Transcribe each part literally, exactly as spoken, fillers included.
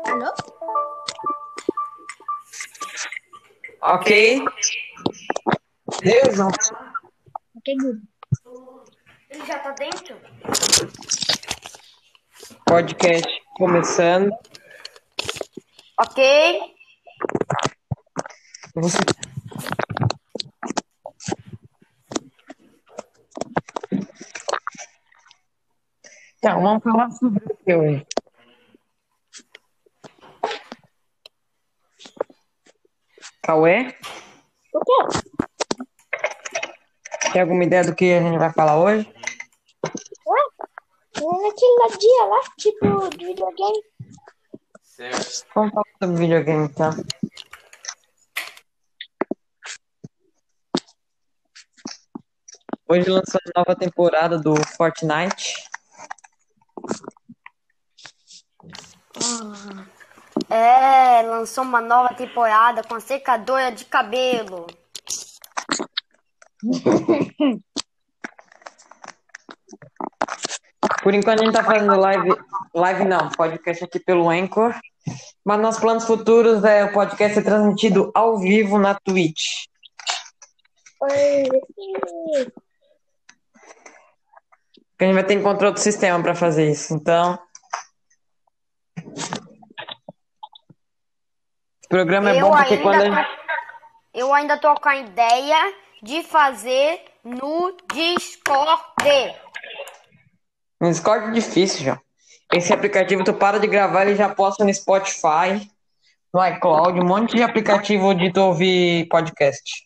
Alô? Ok. Deus, não. Ok, good. Ele já tá dentro? Podcast começando. Ok. Você... Então, vamos falar sobre o que hoje? Cauê? O quê? Tem alguma ideia do que a gente vai falar hoje? Ué? É naquele lá dia lá, tipo, de videogame. Certo. Vamos falar sobre videogame, então. Hoje lançou a nova temporada do Fortnite. É, lançou uma nova temporada com a secadora de cabelo. Por enquanto a gente tá fazendo live, live não, podcast aqui pelo Anchor. Mas nos planos futuros é o podcast ser transmitido ao vivo na Twitch. Oi. Porque a gente vai ter que encontrar outro sistema para fazer isso. Então, esse programa é Eu bom porque quando a ainda, gente... tô, eu ainda tô com a ideia de fazer no Discord. No Discord é difícil, João. Esse aplicativo, tu para de gravar, ele já posta no Spotify, no iCloud, um monte de aplicativo de tu ouvir podcast.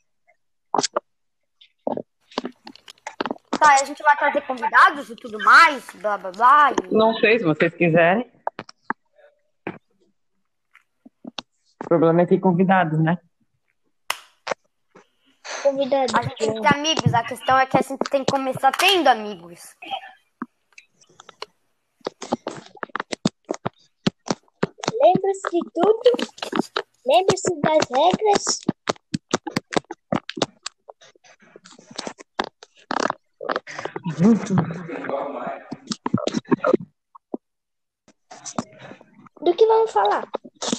Tá, a gente vai trazer convidados e tudo mais, blá blá blá. e- Não sei se vocês quiserem. O problema é ter convidados, né? Convidado. A gente tem que ter amigos, a questão é que a gente tem que começar tendo amigos. Lembre-se de tudo. Lembre-se das regras. Do que vamos falar?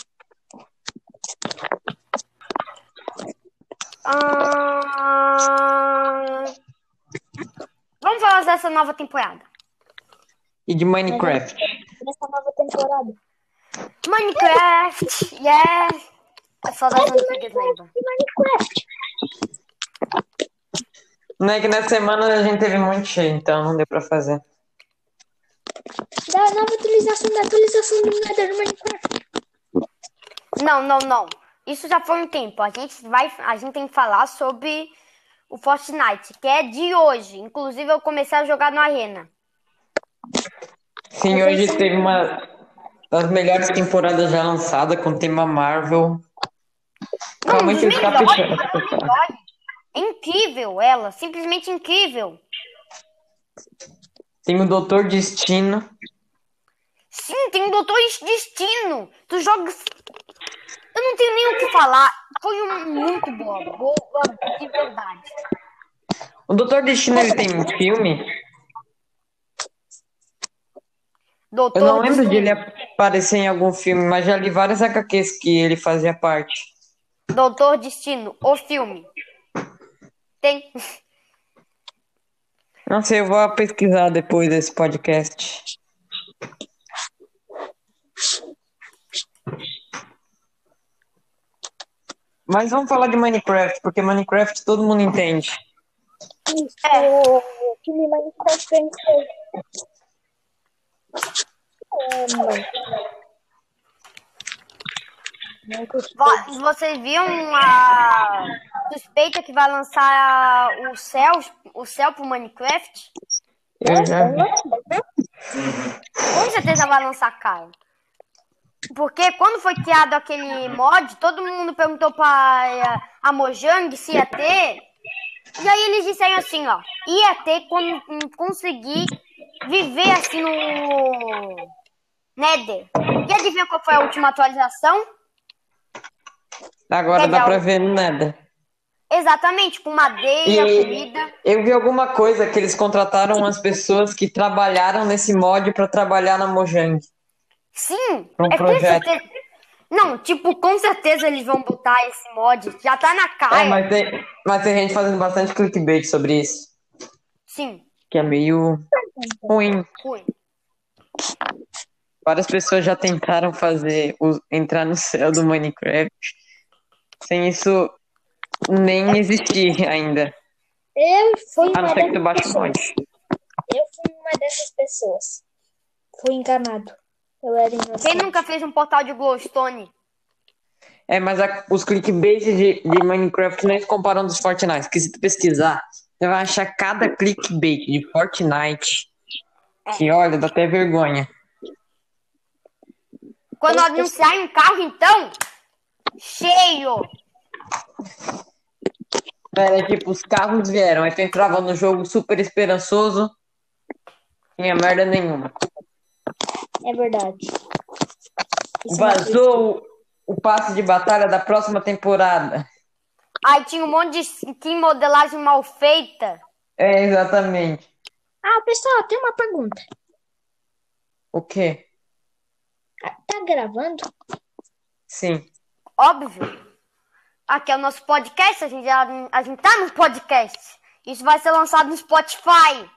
Ah, Vamos falar dessa nova temporada. E de Minecraft. Nessa nova temporada. Minecraft, yeah! É só das antigas, lembra? De Minecraft. Não é que nessa semana a gente teve muito cheio, então não deu pra fazer. Da nova atualização da atualização do Nether no Minecraft. Não, não, não. Isso já foi um tempo. A gente vai, a gente tem que falar sobre o Fortnite, que é de hoje. Inclusive, eu comecei a jogar no Arena. Sim, hoje teve uma das melhores temporadas já lançada com o tema Marvel. Não, Realmente dos eles melhores, capricharam. dos melhores. É incrível ela, simplesmente incrível. Tem o Doutor Destino. Sim, tem um Doutor Destino. Tu joga. Eu não tenho nem o que falar. Foi um muito boa, boa de verdade. O Doutor Destino, ele tem um filme? Doutor Eu não lembro de Destino. ele aparecer em algum filme, mas já li várias H Qs que ele fazia parte. Doutor Destino, o filme. Tem. Não sei, eu vou pesquisar depois desse podcast. Mas vamos falar de Minecraft, porque Minecraft todo mundo entende. Isso. É. O filme Minecraft tem que ser. É, mano. Va- Vocês viram a suspeita que vai lançar o céu, o céu pro Minecraft? Eu já vi. Com certeza vai lançar, cara. Porque quando foi criado aquele mod, todo mundo perguntou pra a Mojang se ia ter. E aí eles disseram assim, ó. Ia ter quando conseguir viver assim no Nether. E adivinha qual foi a última atualização? Agora dá pra ver nada. Exatamente, com madeira, E comida. eu vi alguma coisa que eles contrataram as pessoas que trabalharam nesse mod pra trabalhar na Mojang. Sim, Pra um é com projeto. certeza. Não, tipo, com certeza eles vão botar esse mod. Já tá na É, cara. mas tem, mas tem gente fazendo bastante clickbait sobre isso. Sim, Que é meio ruim. ruim. Várias pessoas já tentaram fazer o- entrar no céu do Minecraft sem isso nem existir ainda. Eu fui A não uma ser que tu dessas baixe o pessoas. mod. Eu fui uma dessas pessoas. Fui enganado. Eu era inocente. Quem nunca fez um portal de glowstone? É, mas a- os clickbaits de, de Minecraft nem se comparam dos Fortnite. Que se tu pesquisar, você vai achar cada clickbait de Fortnite que, olha, dá até vergonha. Quando anunciar um carro, então, cheio. Era tipo, os carros vieram, aí tu entrava no jogo super esperançoso, tinha merda nenhuma. É verdade. Isso é uma tristeza. Vazou o passe de batalha da próxima temporada. Aí tinha um monte de skin modelagem mal feita. É, exatamente. Ah, pessoal, tem uma pergunta. O quê? Ah, tá gravando? Sim. Óbvio. Aqui é o nosso podcast, a gente, já, a gente tá no podcast. Isso vai ser lançado no Spotify.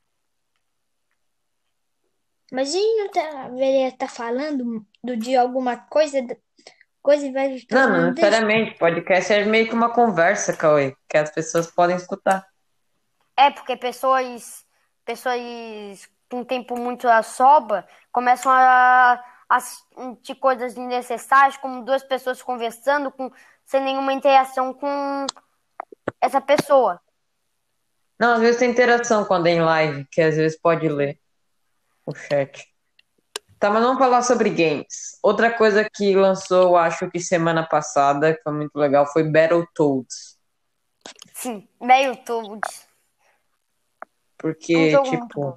Mas ele não tá, deveria tá falando do, de alguma coisa, coisa e vai ficar Não, não falando desse? necessariamente. Podcast é meio que uma conversa, Cauê, que as pessoas podem escutar. É, porque pessoas, pessoas com tempo muito a sobra começam a, a assistir coisas desnecessárias, como duas pessoas conversando com, sem nenhuma interação com essa pessoa. Não, às vezes tem interação quando é em live, que às vezes pode ler o chat. Tá, mas vamos falar sobre games. Outra coisa que lançou, acho que semana passada, que foi muito legal, foi Battletoads. Sim, meio tudo. Um Porque, jogo muito tipo, bom.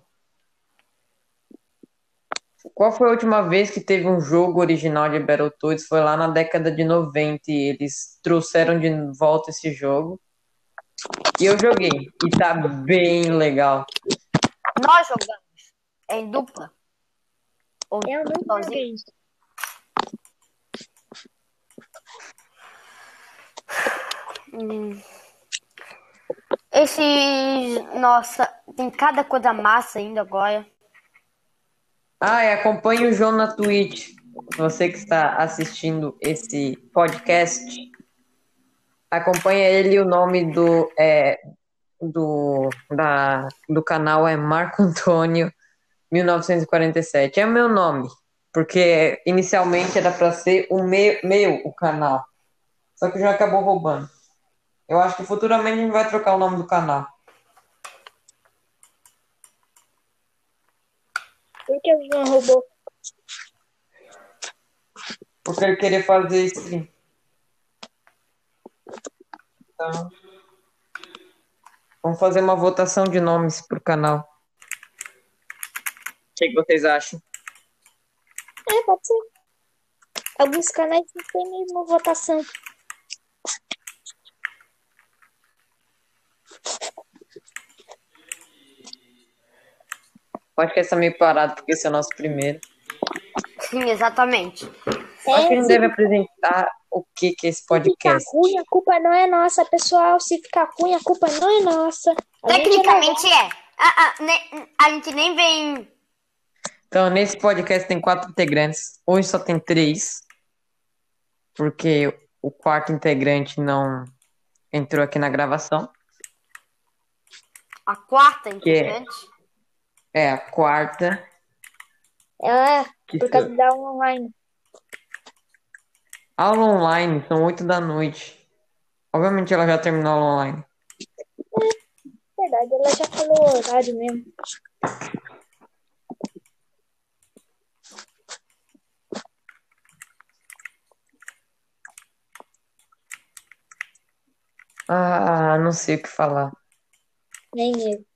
qual foi a última vez que teve um jogo original de Battletoads? Foi lá na década de noventa e eles trouxeram de volta esse jogo. E eu joguei. E tá bem legal. Nós jogamos em dupla. Ou Eu não sozinho. joguei isso. Hum. Esse. Nossa, tem cada coisa massa ainda agora. Ah, e acompanhe o João na Twitch. Você que está assistindo esse podcast, acompanha ele. O nome do, é, do, da, do canal é Marco Antônio mil novecentos e quarenta e sete. É o meu nome, porque inicialmente era para ser o meu, meu o canal. Só que já acabou roubando. Eu acho que futuramente a gente vai trocar o nome do canal. Por que o João roubou? Porque ele queria fazer stream. Então, vamos fazer uma votação de nomes pro canal. O que, que vocês acham? É, pode ser. Alguns canais não tem mesmo votação. Pode que essa meio parado, porque esse é o nosso primeiro. Sim, exatamente. Acho que a gente se, deve apresentar o que, que é esse se ficar podcast. ruim, a culpa não é nossa, pessoal. Se ficar ruim, a culpa não é nossa. A gente Tecnicamente é. A, a, ne- a gente nem vem. Então, nesse podcast tem quatro integrantes. Hoje só tem três. Porque o quarto integrante não entrou aqui na gravação. A quarta Que é- integrante. É a quarta. É, Que por causa da online. Aula online, são oito da noite. Obviamente ela já terminou a aula online. Verdade, ela já falou o horário mesmo. Ah, não sei o que falar. Nem eu.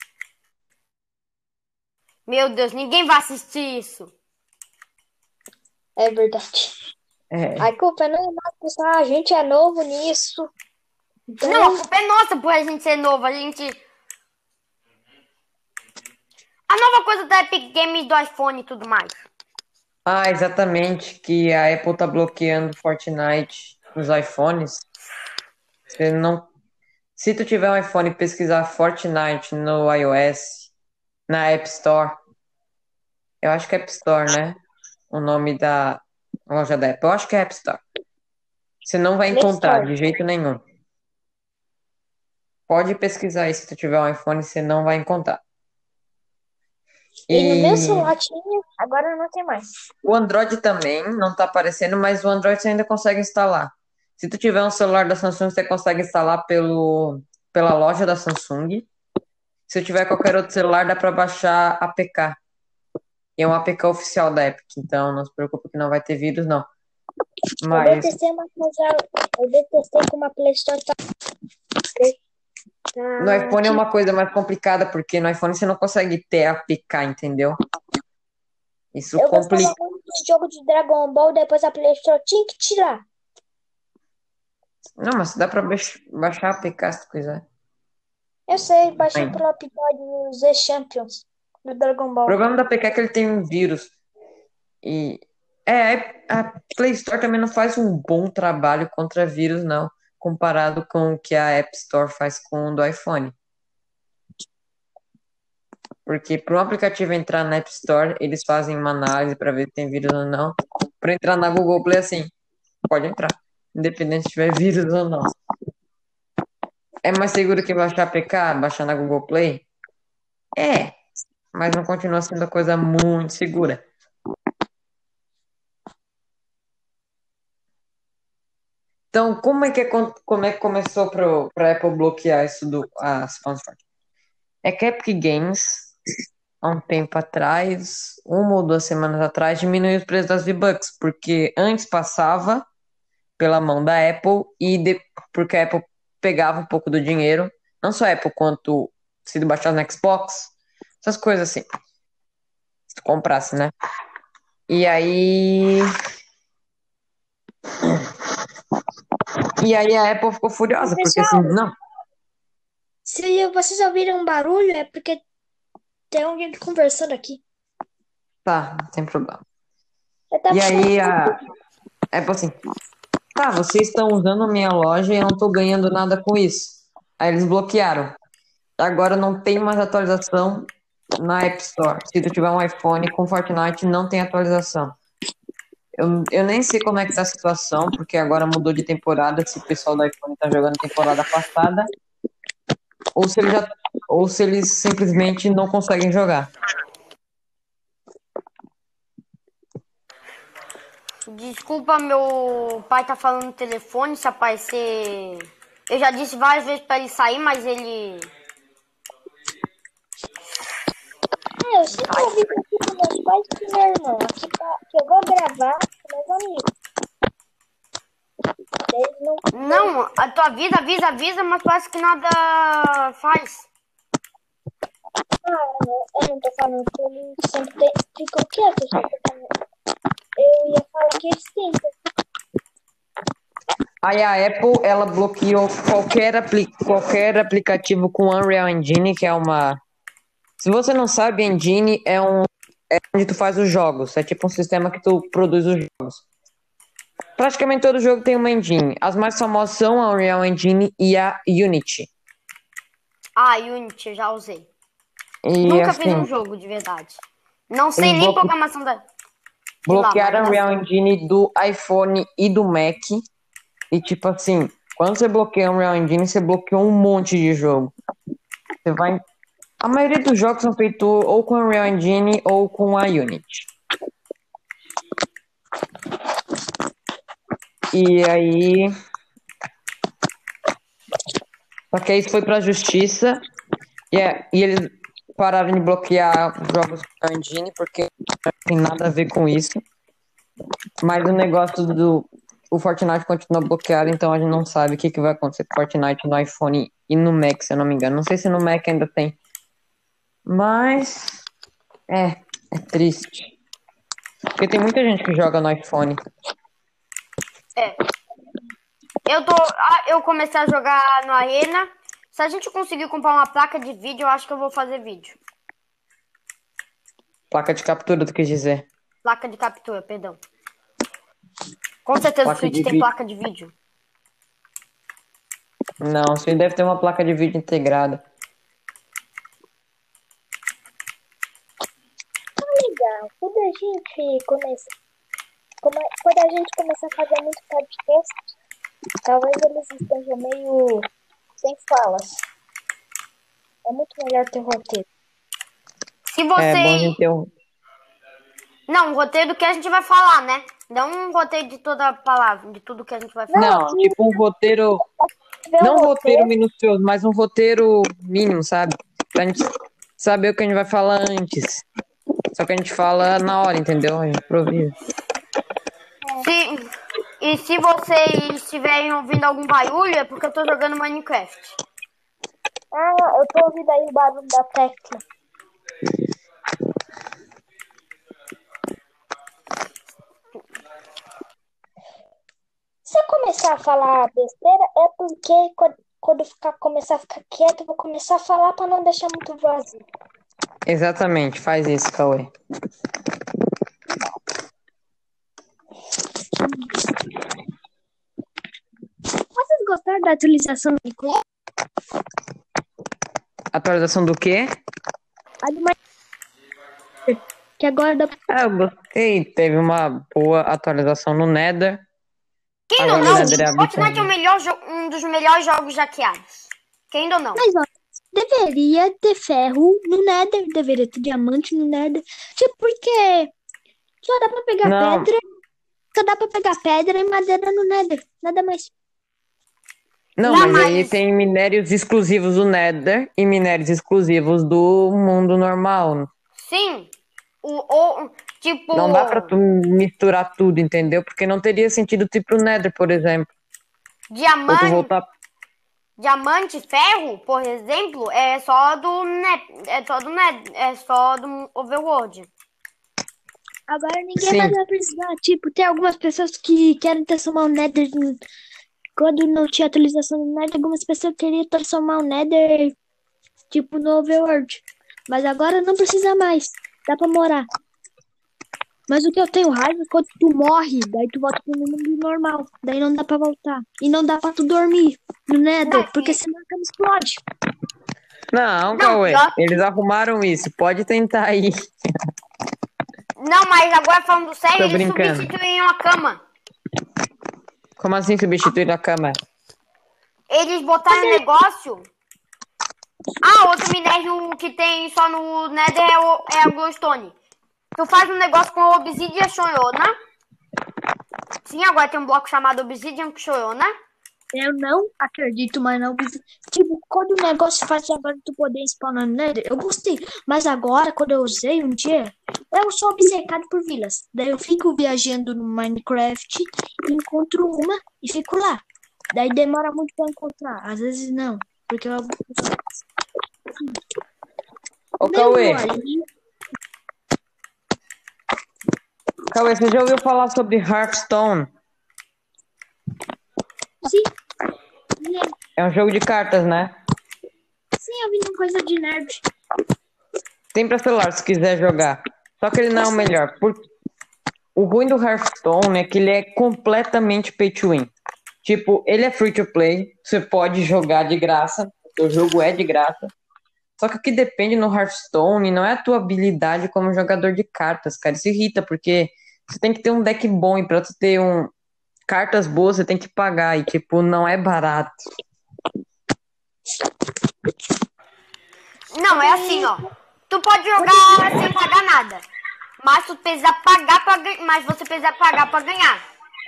Meu Deus, ninguém vai assistir isso. É verdade. É, A culpa não é nossa, pessoal. A gente é novo nisso. Então, Não, a culpa é nossa por a gente ser novo. A gente. A nova coisa da Epic Games do iPhone e tudo mais. Ah, exatamente, que a Apple tá bloqueando Fortnite nos iPhones. Você não... Se tu tiver um iPhone e pesquisar Fortnite no iOS, na App Store, eu acho que é App Store, né? O nome da loja da Apple. Eu acho que é App Store. Você não vai Play encontrar Store. de jeito nenhum. Pode pesquisar aí se tu tiver um iPhone, você não vai encontrar. E no meu E celular tinha, agora não tem mais. o Android também não tá aparecendo, mas o Android você ainda consegue instalar. Se tu tiver um celular da Samsung, você consegue instalar pelo, pela loja da Samsung. Se eu tiver qualquer outro celular, dá para baixar A P K. E é um A P K oficial da Epic, então não se preocupe que não vai ter vírus, não. Eu Mas detestei uma coisa, eu detestei como a Play Store tá, no tá iPhone é te- uma coisa mais complicada, porque no iPhone você não consegue ter A P K, entendeu? Isso Eu gostava complica. muito de jogo de Dragon Ball, depois a Play Store tinha que tirar. Não, mas dá pra baix- baixar A P K se tu quiser. Eu sei, baixei Ainda. pelo episódio no Z Champions do Dragon O Ball. problema da A P K é que ele tem um vírus. E é, a Play Store também não faz um bom trabalho contra vírus, não, comparado com o que a App Store faz com o do iPhone. Porque para um aplicativo entrar na App Store, eles fazem uma análise para ver se tem vírus ou não. Para entrar na Google Play, assim, pode entrar, independente se tiver vírus ou não. É mais seguro que baixar A P K, baixar na Google Play? É, mas não continua sendo a coisa muito segura. Então, como é que, é- como é que começou para a Apple bloquear isso do as fãs? É que a Epic Games, há um tempo atrás, uma ou duas semanas atrás, diminuiu os preços das V-Bucks, porque antes passava pela mão da Apple e de- porque a Apple pegava um pouco do dinheiro, não só a Apple quanto se tu baixasse no Xbox, essas coisas assim, se tu comprasse, né? E aí, e aí a Apple ficou Ô, furiosa, porque assim, pessoal, não, se vocês ouviram um barulho, é porque tem alguém conversando aqui. tá, não tem problema. Eu tava E aí falando, a Apple assim, tá, vocês estão usando a minha loja e eu não tô ganhando nada com isso. Aí eles bloquearam. Agora não tem mais atualização na App Store. Se tu tiver um iPhone com Fortnite, não tem atualização. Eu, eu nem sei como é que tá a situação, porque agora mudou de temporada, se o pessoal do iPhone tá jogando temporada passada, ou se eles já, ou se eles simplesmente não conseguem jogar. Desculpa, meu pai tá falando no telefone, se aparecer. Eu já disse várias vezes pra ele sair, mas ele. ah, eu sempre ouvi aqui com meus pais e com meu irmão, aqui pra, que eu vou gravar com meus amigos. Eles não, Não, a tua vida avisa, avisa, mas parece que nada faz. ah, eu não, eu não tô falando que eles sempre tem- ficam quietos, eu só tô falando. Eu ia falar que eles tentam. Aí a Apple, ela bloqueou qualquer, apli qualquer aplicativo com Unreal Engine, que é uma... Se você não sabe, Engine é um é onde tu faz os jogos. É tipo um sistema que tu produz os jogos. Praticamente todo jogo tem uma engine. As mais famosas são a Unreal Engine e a Unity. Ah, Unity, eu já usei. E Nunca assim, fiz um jogo de verdade. Não sei eles nem bloque- programação da. de bloquearam a lá, mas Unreal Engine do iPhone e do Mac. E tipo assim, quando você bloqueia a Unreal Engine, você bloqueou um monte de jogo. Você vai... A maioria dos jogos são feitos ou com a Unreal Engine ou com a Unity. E aí... Só que aí isso foi pra justiça e, é, e eles pararam de bloquear jogos com a Engine porque não tem nada a ver com isso. Mas o negócio do... O Fortnite continua bloqueado, então a gente não sabe o que, que vai acontecer com o Fortnite no iPhone e no Mac, se eu não me engano. Não sei se no Mac ainda tem. Mas... É, é triste. Porque tem muita gente que joga no iPhone. é. Eu tô. ah, Eu comecei a jogar no Arena. Se a gente conseguir comprar uma placa de vídeo, eu acho que eu vou fazer vídeo. Placa de captura, tu quis dizer. Placa de captura, perdão. Com certeza Placa o Switch de tem vídeo. placa de vídeo. Não, você deve ter uma placa de vídeo integrada. Legal. Quando a gente começa, come- quando a gente começar a fazer muito podcast, talvez eles estejam meio sem falas. É muito melhor ter roteiro. Se É bom a você. gente ter um. Não, um roteiro do que a gente vai falar, né? Não um roteiro de toda a palavra, de tudo que a gente vai falar. Não, aqui- tipo um roteiro. Tiver Não um um roteiro minucioso, mas um roteiro mínimo, sabe? Pra gente saber o que a gente vai falar antes. Só que a gente fala na hora, entendeu? A gente improvisa. Se, e se vocês estiverem ouvindo algum barulho, é porque eu tô jogando Minecraft. Ah, eu tô ouvindo aí o barulho da tecla. Se eu começar a falar besteira, é porque quando, quando eu ficar, começar a ficar quieto, eu vou começar a falar pra não deixar muito vazio. Exatamente, faz isso, Cauê. Vocês gostaram da atualização do Minecraft? Atualização do quê? A do Minecraft, que agora dá pra... Ah, eu gostei. Teve uma boa atualização no Nether. Quem Agora ou o não, Nether é Fortnite é o habitado. melhor jo- um dos melhores jogos já criados. Quem ou não? Mas, ó, deveria ter ferro no Nether, deveria ter diamante no Nether. Tipo, porque só dá pra pegar Não, pedra, só dá pra pegar pedra e madeira no Nether, nada mais. não, Não, mas aí mas tem minérios exclusivos do Nether e minérios exclusivos do mundo normal. sim, o, o tipo Não dá pra tu misturar tudo, entendeu? Porque não teria sentido tu ir pro Nether, por exemplo. Ou tu diamante, voltar. diamante, ferro, por exemplo, é só do net, é só do net, é só do Overworld. Agora ninguém Sim. mais vai precisar. Tipo, tem algumas pessoas que querem transformar o Nether. em- Quando não tinha atualização do Nether, algumas pessoas queriam transformar o Nether, tipo, no Overworld. Mas agora não precisa mais. Dá pra morar. Mas o que eu tenho raiva é quando tu morre, daí tu volta pro mundo normal. Daí não dá pra voltar. E não dá pra tu dormir no Nether, Não, porque e- senão a cama explode. Não, Não, Cauê. pior- Eles arrumaram isso. Pode tentar aí. Não, mas agora falando sério, Tô eles brincando. substituíram a cama. Como assim substituir a cama? Eles botaram um negócio. Ah, outro minério que tem só no Nether é, o, é a Glowstone. Tu faz um negócio com a Obsidian Chorona. Sim, agora tem um bloco chamado Obsidian Chorona. Eu não acredito, mas não. Tipo, quando o negócio faz agora tu poder spawnar no Nether, eu gostei. Mas agora, quando eu usei um dia, eu sou obcecado por vilas. Daí eu fico viajando no Minecraft, encontro uma e fico lá. Daí demora muito pra encontrar. Às vezes não. Porque eu. Ô, Cauê. Lembro ali. Cauê, você já ouviu falar sobre Hearthstone? Sim. Lembro. É um jogo de cartas, né? Sim, eu vi uma coisa de nerd. Tem pra celular, se quiser jogar. Só que ele não é o melhor. Por... O ruim do Hearthstone é que ele é completamente pay to win. Tipo, ele é free to play. Você pode jogar de graça. O jogo é de graça. Só que o que depende no Hearthstone não é a tua habilidade como jogador de cartas, cara. Isso irrita, porque você tem que ter um deck bom. E pra tu ter um... cartas boas, você tem que pagar. E, tipo, não é barato. Não, é assim, ó. Tu pode jogar sem pagar nada. Mas tu precisa pagar pra ganhar. Mas você precisa pagar pra ganhar.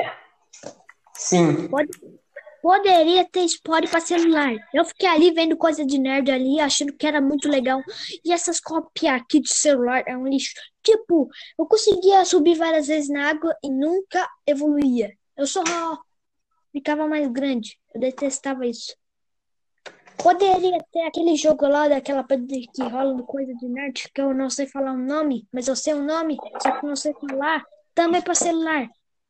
Sim. Pode- Poderia ter spawn pra celular. Eu fiquei ali vendo coisa de nerd ali, achando que era muito legal. E essas cópias aqui de celular é um lixo. Tipo, eu conseguia subir várias vezes na água e nunca evoluía. Eu só ficava mais grande. Eu detestava isso. Poderia ter aquele jogo lá daquela pedra que rola no coisa de nerd, que eu não sei falar o nome, mas eu sei o nome, só que eu não sei falar. Também pra celular.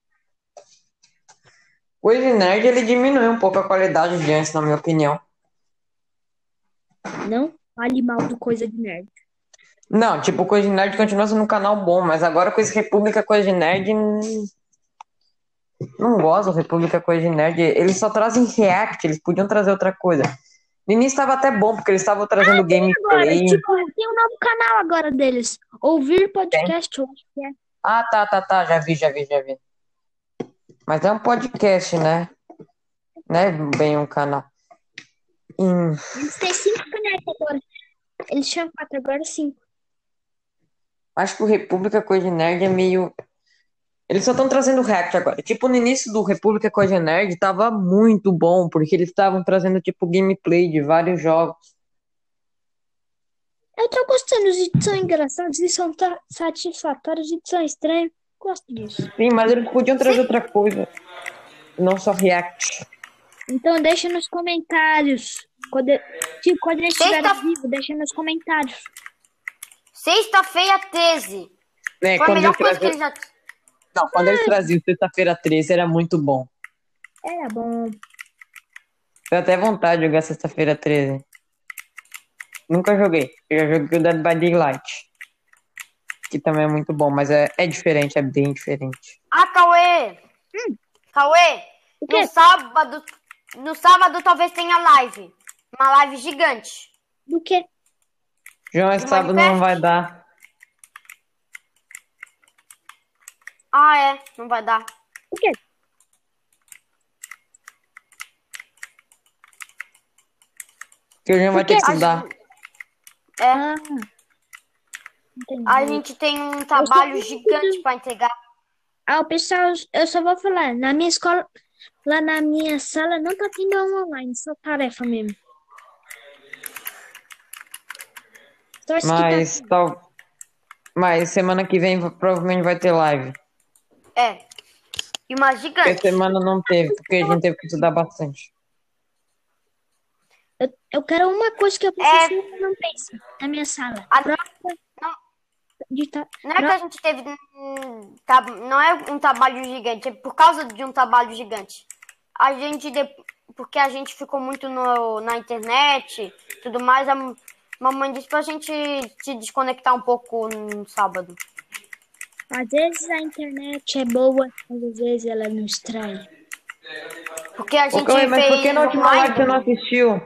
O Easy Nerd, ele diminuiu um pouco a qualidade de antes, na minha opinião. Não fale mal do coisa de nerd. Não, tipo, Coisa de Nerd continua sendo um canal bom, mas agora com esse República Coisa de Nerd. hum, Não gosto do República Coisa de Nerd. Eles só trazem react, eles podiam trazer outra coisa. No início estava até bom, porque eles estavam trazendo Agora, gameplay. tipo, tem um novo canal agora deles. Ouvir Tem? podcast, eu acho que é. Ah, tá, tá, tá. Já vi, já vi, já vi. Mas é um podcast, né? Não é bem um canal. Hum, Eles têm cinco canais agora. Eles tinham quatro, agora cinco. acho que o República Coisa de Nerd é meio. Eles só estão trazendo react agora. Tipo, no início do República Coisa de Nerd tava muito bom, porque eles estavam trazendo, tipo, gameplay de vários jogos. Eu tô gostando, os vídeos são engraçados e são ta- satisfatórios, os vídeos são estranhos. Gosto disso. Sim, mas eles podiam trazer outra coisa. Não só react. Então deixa nos comentários. Quando, tipo, quando eles estiverem Sexta- vivo, deixa nos comentários. Sexta-feira treze. Né, Foi a quando melhor eles coisa que traziam... eles já. Não, quando eles traziam Sexta-feira treze era muito bom. Era bom. Deu até vontade de jogar Sexta-feira treze. Nunca joguei. Eu já joguei o Dead by Daylight. Que também é muito bom, mas é, é diferente, é bem diferente. Ah, Cauê! Cauê, O quê? no sábado, no sábado talvez tenha live. Uma live gigante. Do quê? João, esse Do sábado Minecraft? não vai dar. Ah, é, não vai dar. O quê? Porque o João vai ter que quê? estudar. É, Ah, entendi. a gente tem um trabalho Eu só- gigante para entregar. Ah, o pessoal, eu só vou falar, na minha escola, lá na minha sala não tá tendo aula online, só tarefa mesmo. Torce que tá Mas, tal... mas semana que vem provavelmente vai ter live. É. E uma Porque gigante. semana não teve, porque a gente teve que estudar bastante. Eu, eu quero uma coisa que a professora não pensa na minha sala. A- Prova não. de ta- Não é que a gente teve. hum, tá- Não é um trabalho gigante, é por causa de um trabalho gigante. A gente. de- Porque a gente ficou muito no, na internet e tudo mais, a mamãe disse pra gente se desconectar um pouco no sábado. Às vezes a internet é boa, às vezes ela nos trai. Porque a Ô, gente Cauê, mas fez por que na última online. live você não assistiu?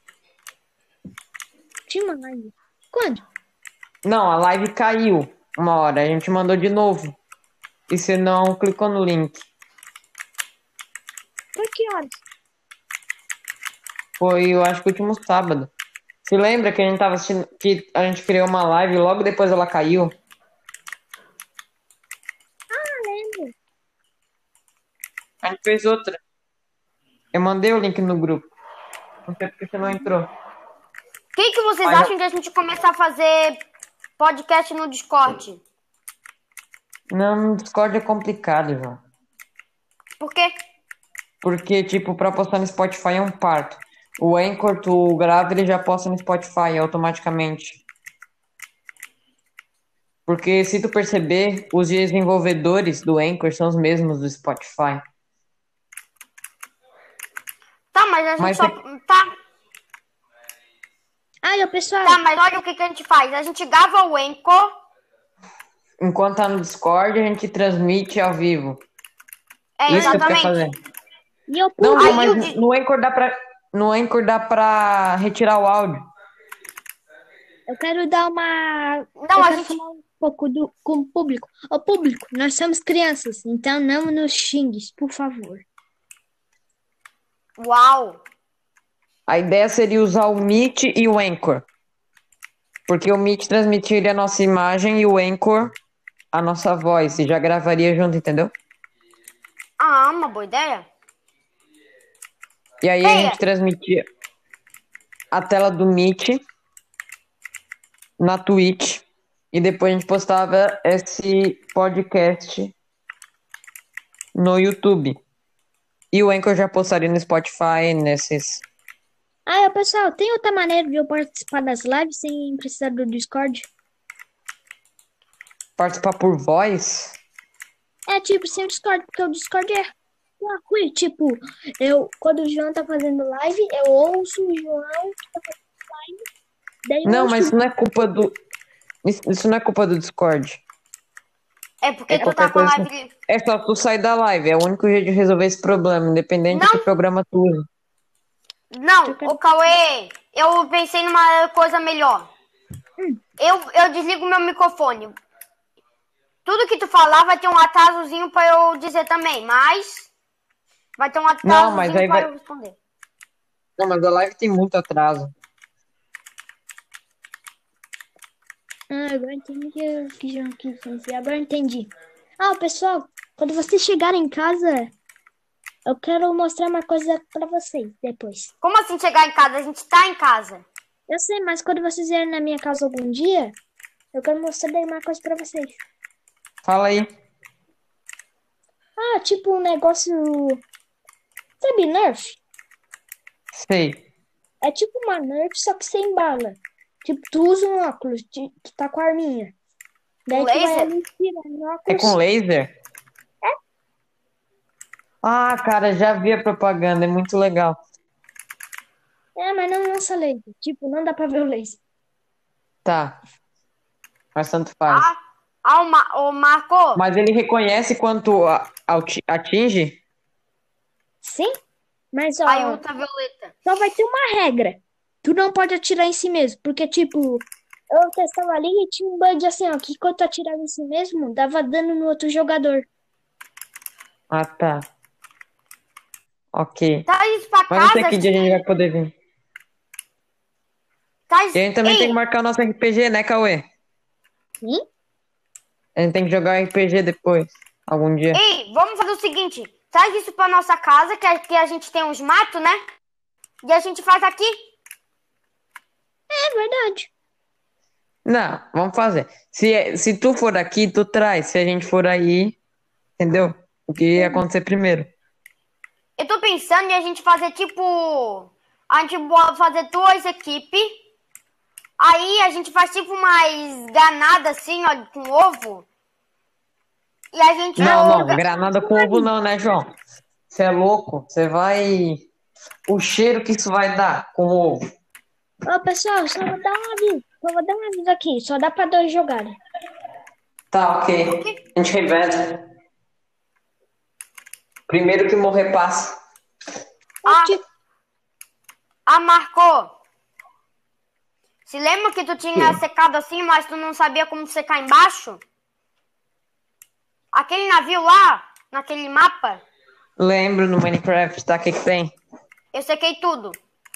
Tinha uma live. Quando? Não, a live caiu uma hora. A gente mandou de novo. E você não clicou no link. Por que horas? Foi, eu acho que o último sábado. Você lembra que a gente tava assistindo, que a gente criou uma live e logo depois ela caiu? Ah, lembro. A gente fez outra. Eu mandei o link no grupo. Não sei porque você não entrou. O que, que vocês Mas eu- acham de a gente começar a fazer podcast no Discord? Não, no Discord é complicado, João. Por quê? Porque, tipo, pra postar no Spotify é um parto. O Anchor, tu grava, ele já posta no Spotify automaticamente. Porque, se tu perceber, os desenvolvedores do Anchor são os mesmos do Spotify. Tá, mas a gente Mas só. é- Tá, Aí, o pessoal, tá, mas olha o que, que a gente faz. A gente grava o Anchor. Enquanto tá no Discord, a gente transmite ao vivo. É, Isso que tu quer exatamente. fazer. e eu Não, pulo. não, Aí mas o de- no Anchor dá pra... No Anchor dá pra retirar o áudio. Eu quero dar uma. Não, eu a quero gente- falar um pouco do, com o público. Ô, público, nós somos crianças, então não nos xingues, por favor. Uau! A ideia seria usar o Meet e o Anchor. Porque o Meet transmitiria a nossa imagem e o Anchor a nossa voz. E já gravaria junto, entendeu? Ah, uma boa ideia. E aí a Leia. gente transmitia a tela do Meet na Twitch. E depois a gente postava esse podcast no YouTube. E o Anchor já postaria no Spotify, nesses... Ah, ô, pessoal, tem outra maneira de eu participar das lives sem precisar do Discord? Participar por voz? É tipo sem o Discord, porque o Discord é uma ruim. Tipo, eu, quando o João tá fazendo live, eu ouço o João que tá fazendo live. Daí eu Não, ouço mas não é culpa do... Isso, isso não é culpa do Discord. É porque É tu qualquer tá com a coisa. live. É só tu sair da live. É o único jeito de resolver esse problema, independente Não. do programa tu usa. Não, ô Cauê, eu pensei numa coisa melhor. Eu, eu desligo meu microfone. Tudo que tu falar vai ter um atrasozinho pra eu dizer também, mas vai ter um atrasozinho mas aí pra vai- eu responder. Não, mas a live tem muito atraso. Ah, agora entendi o que eu quis quis fazer. Agora entendi. Ah, pessoal, quando vocês chegarem em casa, eu quero mostrar uma coisa pra vocês depois. Como assim chegar em casa? A gente tá em casa. Eu sei, mas quando vocês vierem na minha casa algum dia, eu quero mostrar uma coisa pra vocês. Fala aí. Ah, tipo um negócio. Sabe, Nerf? Sei. É tipo uma Nerf, só que sem bala. Tipo, tu usa um óculos, tu, tu tá com a arminha. Daí Um tu vai laser? ali tira no É óculos. com laser? Ah, cara, já vi a propaganda. É muito legal. É, mas não lança laser. Tipo, não dá pra ver o laser. Tá. Mas tanto faz. Ah, ah o, Ma- o Marco, Mas ele reconhece quando tu a- ati- atinge? Sim? Mas ó, a ultravioleta. só vai ter uma regra. Tu não pode atirar em si mesmo. Porque, tipo, eu testava ali e tinha um bug assim, ó. Que quando tu atirava em si mesmo, dava dano no outro jogador. Ah, tá. Ok. Traz isso pra Mas não sei casa. que dia a gente vai poder vir. Traz... E a gente também Ei, tem que marcar o nosso R P G, né, Cauê? Sim? A gente tem que jogar R P G depois. Algum dia. ei, vamos fazer o seguinte. Traz isso pra nossa casa, que aqui a gente tem uns matos, né? E a gente faz aqui. É verdade. Não, vamos fazer. Se, se tu for aqui, tu traz. Se a gente for aí, entendeu? O que ia acontecer primeiro. Eu tô pensando em a gente fazer tipo... A gente bo- fazer duas equipes. Aí a gente faz tipo umas granadas assim, ó, com ovo. E a gente... Não, não, joga- granada com ovo não, né, João? Você é louco? Você vai... O cheiro que isso vai dar com ovo. Ô, pessoal, só vou dar um aviso. Só vou dar um aviso aqui. Só dá pra dois jogarem. Tá, ok. A gente reveza. Primeiro que morrer passa. Ah, Tipo, ah, Marco. Se lembra que tu tinha Sim. secado assim, mas tu não sabia como secar embaixo? Aquele navio lá, naquele mapa, Lembro no Minecraft, tá? O que que tem? eu sequei tudo.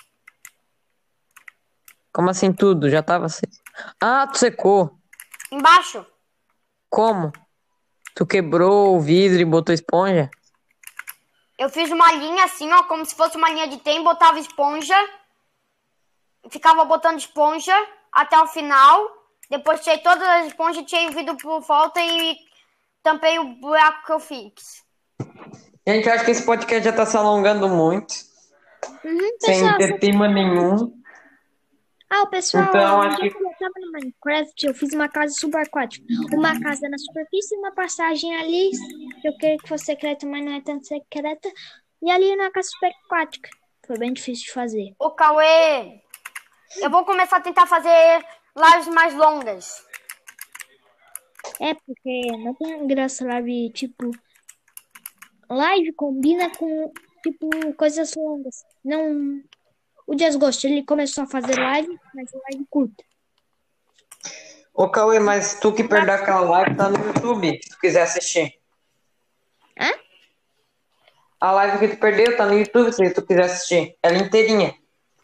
Como assim tudo? Já tava assim. Ah, tu secou. Embaixo. Como? Tu quebrou o vidro e botou esponja? Eu fiz uma linha assim, ó, como se fosse uma linha de trem, botava esponja, ficava botando esponja até o final, depois tirei todas as esponjas, tirei o vidro por volta e tampei o buraco que eu fiz. Gente, eu acho que esse podcast já tá se alongando muito. uhum, Sem pessoal, ter tema nenhum. Ah, o pessoal, Então, um acho dia que- quando eu tava no Minecraft, eu fiz uma casa subaquática. Uma casa na superfície, uma passagem ali, que eu queria que fosse secreta, mas não é tanto secreta. E ali na casa subaquática. Foi bem difícil de fazer. Ô, Cauê, eu vou começar a tentar fazer lives mais longas. É, porque não tem graça live, tipo... Live combina com, tipo, coisas longas. Não... O Desgosto, ele começou a fazer live, mas live curta. Ô, Cauê, mas tu que perdeu aquela live tá no YouTube, se tu quiser assistir. Hã? A live que tu perdeu tá no YouTube, se tu quiser assistir. Ela inteirinha.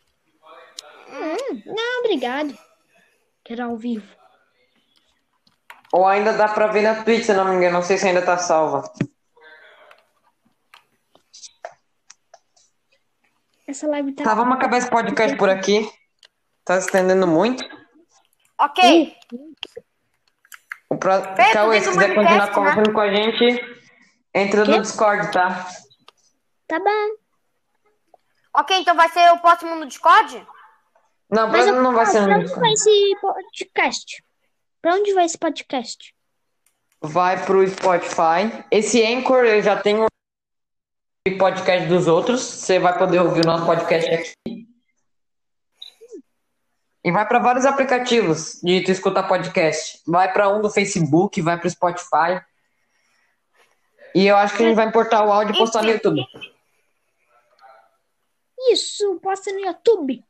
Hum, não, obrigado. Quero ao vivo. Ou ainda dá pra ver na Twitch, se eu não me engano. Não sei se ainda tá salva. Essa live tá... Tá, vamos acabar esse podcast por aqui. Tá se estendendo muito. Ok? O pro... Pedro, Cauê, vem se do quiser continuar Minecraft, né? conversando com a gente, entra Quê? no Discord, tá? Tá bom. Ok, então vai ser o próximo no Discord? Não, Mas pra... eu- não vai ser pra no onde Discord. vai esse podcast? Pra onde vai esse podcast? Vai pro Spotify. Esse Anchor eu já tenho o podcast dos outros. Você vai poder ouvir o nosso podcast aqui. E vai para vários aplicativos de tu escutar podcast. Vai para um do Facebook, vai para o Spotify. E eu acho que a gente vai importar o áudio e postar no YouTube. Isso, posta no YouTube.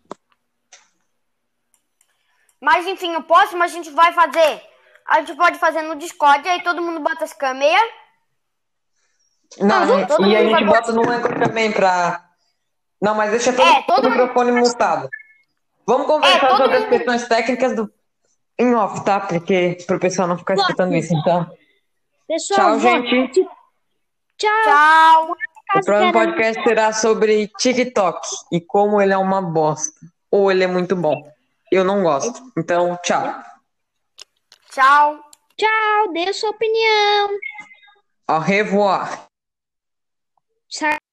Mas enfim, o próximo a gente vai fazer. A gente pode fazer no Discord, aí todo mundo bota as câmeras. Não, Não, todo e a mundo gente vai bota no Anchor também pra. Não, mas deixa todo É, mundo com todo o mundo- microfone mutado. Vamos conversar É, todo sobre as mundo- questões técnicas do... em off, tá? Porque pro pessoal não ficar Bota. escutando isso, então. Pessoal, Tchau, vote. gente. Tchau. Tchau. O próximo podcast será sobre TikTok e como ele é uma bosta. Ou ele é muito bom. Eu não gosto. Então, tchau. Tchau. Tchau, dê a sua opinião. Au revoir. Sa-